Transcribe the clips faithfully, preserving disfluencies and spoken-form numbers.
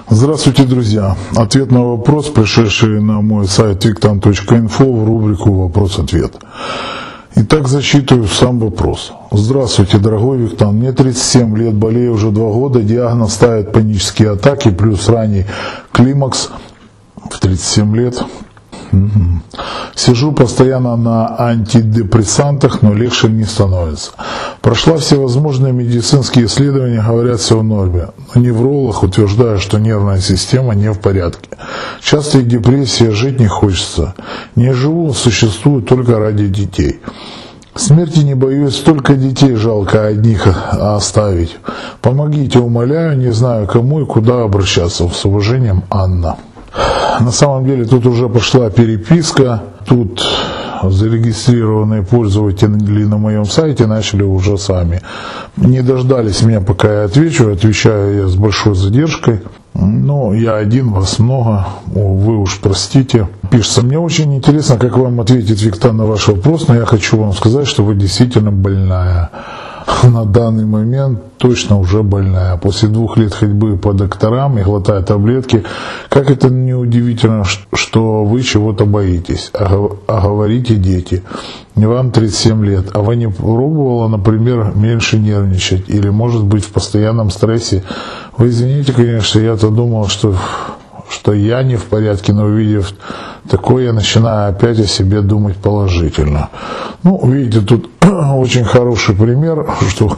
Здравствуйте, друзья! Ответ на вопрос, пришедший на мой сайт виктан точка инфо в рубрику «Вопрос-ответ». Итак, зачитываю сам вопрос. Здравствуйте, дорогой Виктан. Мне тридцать семь лет, болею уже два года, диагноз ставит панические атаки, плюс ранний климакс в тридцать семь лет. Угу. Сижу постоянно на антидепрессантах, но легче не становится. Прошла всевозможные медицинские исследования, говорят, все в норме. Но невролог утверждает, что нервная система не в порядке. Часто и депрессия, жить не хочется. Не живу, существую только ради детей. Смерти не боюсь, только детей жалко одних оставить. Помогите, умоляю, не знаю кому и куда обращаться. С уважением, Анна. На самом деле тут уже пошла переписка, тут зарегистрированные пользователи на моем сайте начали уже сами. Не дождались меня, пока я отвечу, отвечаю я с большой задержкой. Но я один, вас много, вы уж простите. Пишется: мне очень интересно, как вам ответит Виктан на ваш вопрос, но я хочу вам сказать, что вы действительно больная. На данный момент точно уже больная. После двух лет ходьбы по докторам и глотая таблетки, как это не удивительно, что вы чего-то боитесь, а говорите дети. Вам тридцать семь лет, а вы не пробовала, например, меньше нервничать или, может быть, в постоянном стрессе? Вы извините, конечно, я-то думал, что, что я не в порядке, но увидев такое, я начинаю опять о себе думать положительно. Ну, видите, тут очень хороший пример, что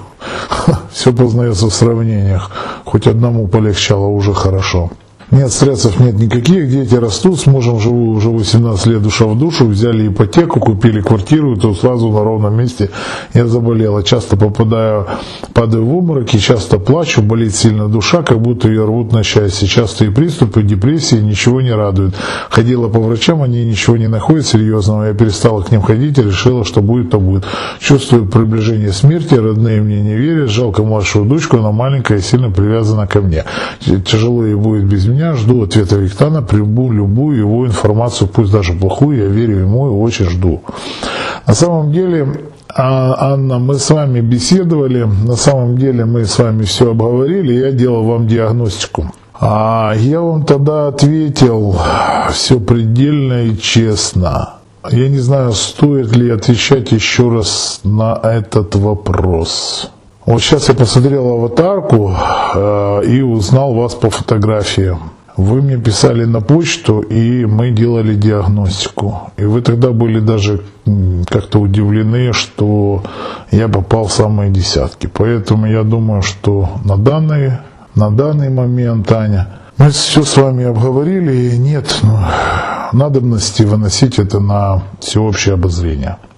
все познается в сравнениях. Хоть одному полегчало, уже хорошо. Нет стрессов, нет никаких, дети растут, с мужем живу уже восемнадцать лет душа в душу, взяли ипотеку, купили квартиру, и то сразу на ровном месте я заболела. Часто попадаю, падаю в обмороки, часто плачу, болит сильно душа, как будто ее рвут на части. Частые приступы, депрессии, ничего не радует. Ходила по врачам, они ничего не находят серьезного, я перестала к ним ходить и решила, что будет, то будет. Чувствую приближение смерти, родные мне не верят, жалко младшую дочку, она маленькая и сильно привязана ко мне. Тяжело ей будет без меня. Жду ответа Виктана, приму любую его информацию, пусть даже плохую, я верю ему и очень жду. На самом деле, Анна, мы с вами беседовали, на самом деле мы с вами все обговорили, я делал вам диагностику. А я вам тогда ответил все предельно и честно. Я не знаю, стоит ли отвечать еще раз на этот вопрос. Вот сейчас я посмотрел аватарку э, и узнал вас по фотографии. Вы мне писали на почту, и мы делали диагностику. И вы тогда были даже как-то удивлены, что я попал в самые десятки. Поэтому я думаю, что на данный, на данный момент, Аня, мы все с вами обговорили, и нет ну, надобности выносить это на всеобщее обозрение.